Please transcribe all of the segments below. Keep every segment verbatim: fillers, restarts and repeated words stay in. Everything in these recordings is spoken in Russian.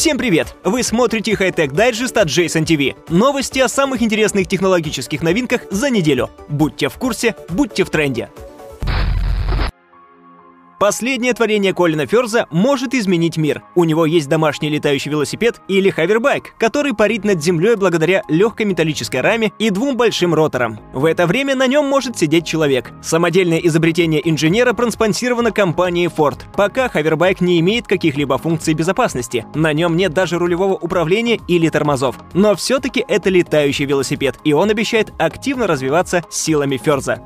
Всем привет! Вы смотрите High-Tech Digest от Джейсон ти ви. Новости о самых интересных технологических новинках за неделю. Будьте в курсе, будьте в тренде. Последнее творение Колина Фёрза может изменить мир. У него есть домашний летающий велосипед или хавербайк, который парит над землей благодаря легкой металлической раме и двум большим роторам. В это время на нем может сидеть человек. Самодельное изобретение инженера проспонсировано компанией Ford. Пока хавербайк не имеет каких-либо функций безопасности. На нем нет даже рулевого управления или тормозов. Но все-таки это летающий велосипед, и он обещает активно развиваться силами Фёрза.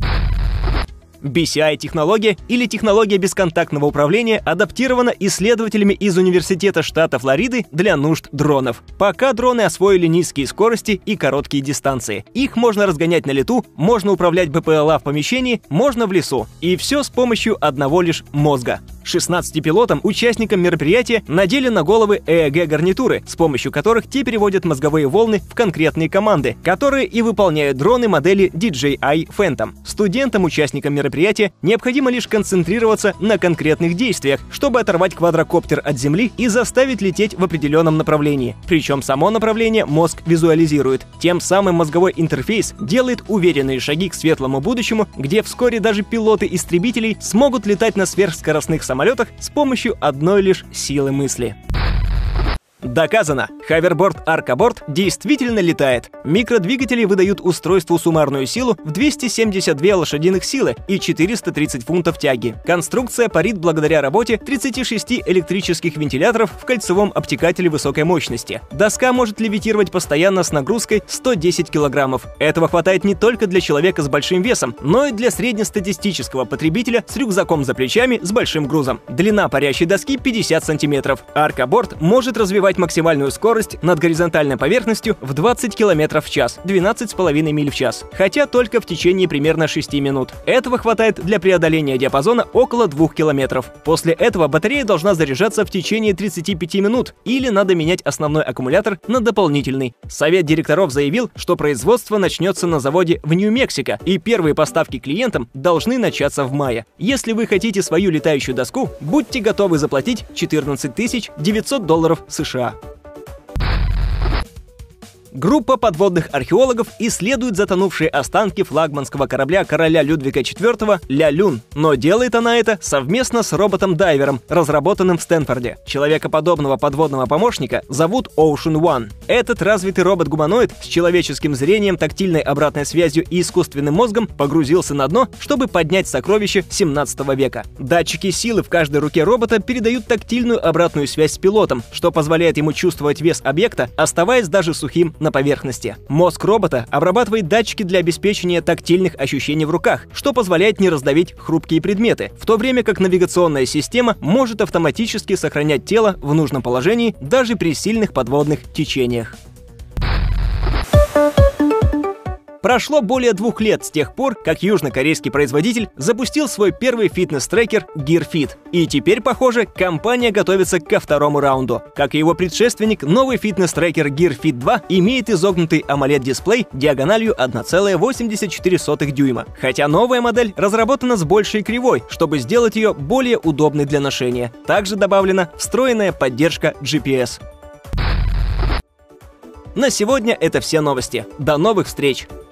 би си ай-технология или технология бесконтактного управления адаптирована исследователями из Университета штата Флориды для нужд дронов. Пока дроны освоили низкие скорости и короткие дистанции. Их можно разгонять на лету, можно управлять бэ пэ эл а в помещении, можно в лесу. И все с помощью одного лишь мозга. шестнадцати пилотам, участникам мероприятия, надели на головы и и джи-гарнитуры, с помощью которых те переводят мозговые волны в конкретные команды, которые и выполняют дроны модели ди джей ай Phantom. Студентам, участникам мероприятия, необходимо лишь концентрироваться на конкретных действиях, чтобы оторвать квадрокоптер от земли и заставить лететь в определенном направлении. Причем само направление мозг визуализирует. Тем самым мозговой интерфейс делает уверенные шаги к светлому будущему, где вскоре даже пилоты истребителей смогут летать на сверхскоростных самолетах с помощью одной лишь силы мысли. Доказано! Хаверборд Аркаборд действительно летает. Микродвигатели выдают устройству суммарную силу в двести семьдесят две лошадиных силы и четыреста тридцать фунтов тяги. Конструкция парит благодаря работе тридцати шести электрических вентиляторов в кольцевом обтекателе высокой мощности. Доска может левитировать постоянно с нагрузкой сто десять килограммов. Этого хватает не только для человека с большим весом, но и для среднестатистического потребителя с рюкзаком за плечами с большим грузом. Длина парящей доски пятьдесят сантиметров. Аркаборд может развивать максимальную скорость над горизонтальной поверхностью в двадцать километров в час, двенадцать с половиной миль в час, хотя только в течение примерно шести минут. Этого хватает для преодоления диапазона около двух километров. После этого батарея должна заряжаться в течение тридцати пяти минут, или надо менять основной аккумулятор на дополнительный. Совет директоров заявил, что производство начнется на заводе в Нью-Мексико, и первые поставки клиентам должны начаться в мае. Если вы хотите свою летающую доску, будьте готовы заплатить четырнадцать тысяч девятьсот долларов США. Группа подводных археологов исследует затонувшие останки флагманского корабля короля Людвига четвёртого «Ля Люн», но делает она это совместно с роботом-дайвером, разработанным в Стэнфорде. Человекоподобного подводного помощника зовут Ocean One. Этот развитый робот-гуманоид с человеческим зрением, тактильной обратной связью и искусственным мозгом погрузился на дно, чтобы поднять сокровища семнадцатого века. Датчики силы в каждой руке робота передают тактильную обратную связь с пилотом, что позволяет ему чувствовать вес объекта, оставаясь даже сухим на поверхности. Мозг робота обрабатывает датчики для обеспечения тактильных ощущений в руках, что позволяет не раздавить хрупкие предметы, в то время как навигационная система может автоматически сохранять тело в нужном положении даже при сильных подводных течениях. Прошло более двух лет с тех пор, как южнокорейский производитель запустил свой первый фитнес-трекер Gear Fit. И теперь, похоже, компания готовится ко второму раунду. Как и его предшественник, новый фитнес-трекер Gear Fit два имеет изогнутый AMOLED-дисплей диагональю одна целая восемьдесят четыре сотых дюйма. Хотя новая модель разработана с большей кривой, чтобы сделать ее более удобной для ношения. Также добавлена встроенная поддержка джи пи эс. На сегодня это все новости. До новых встреч!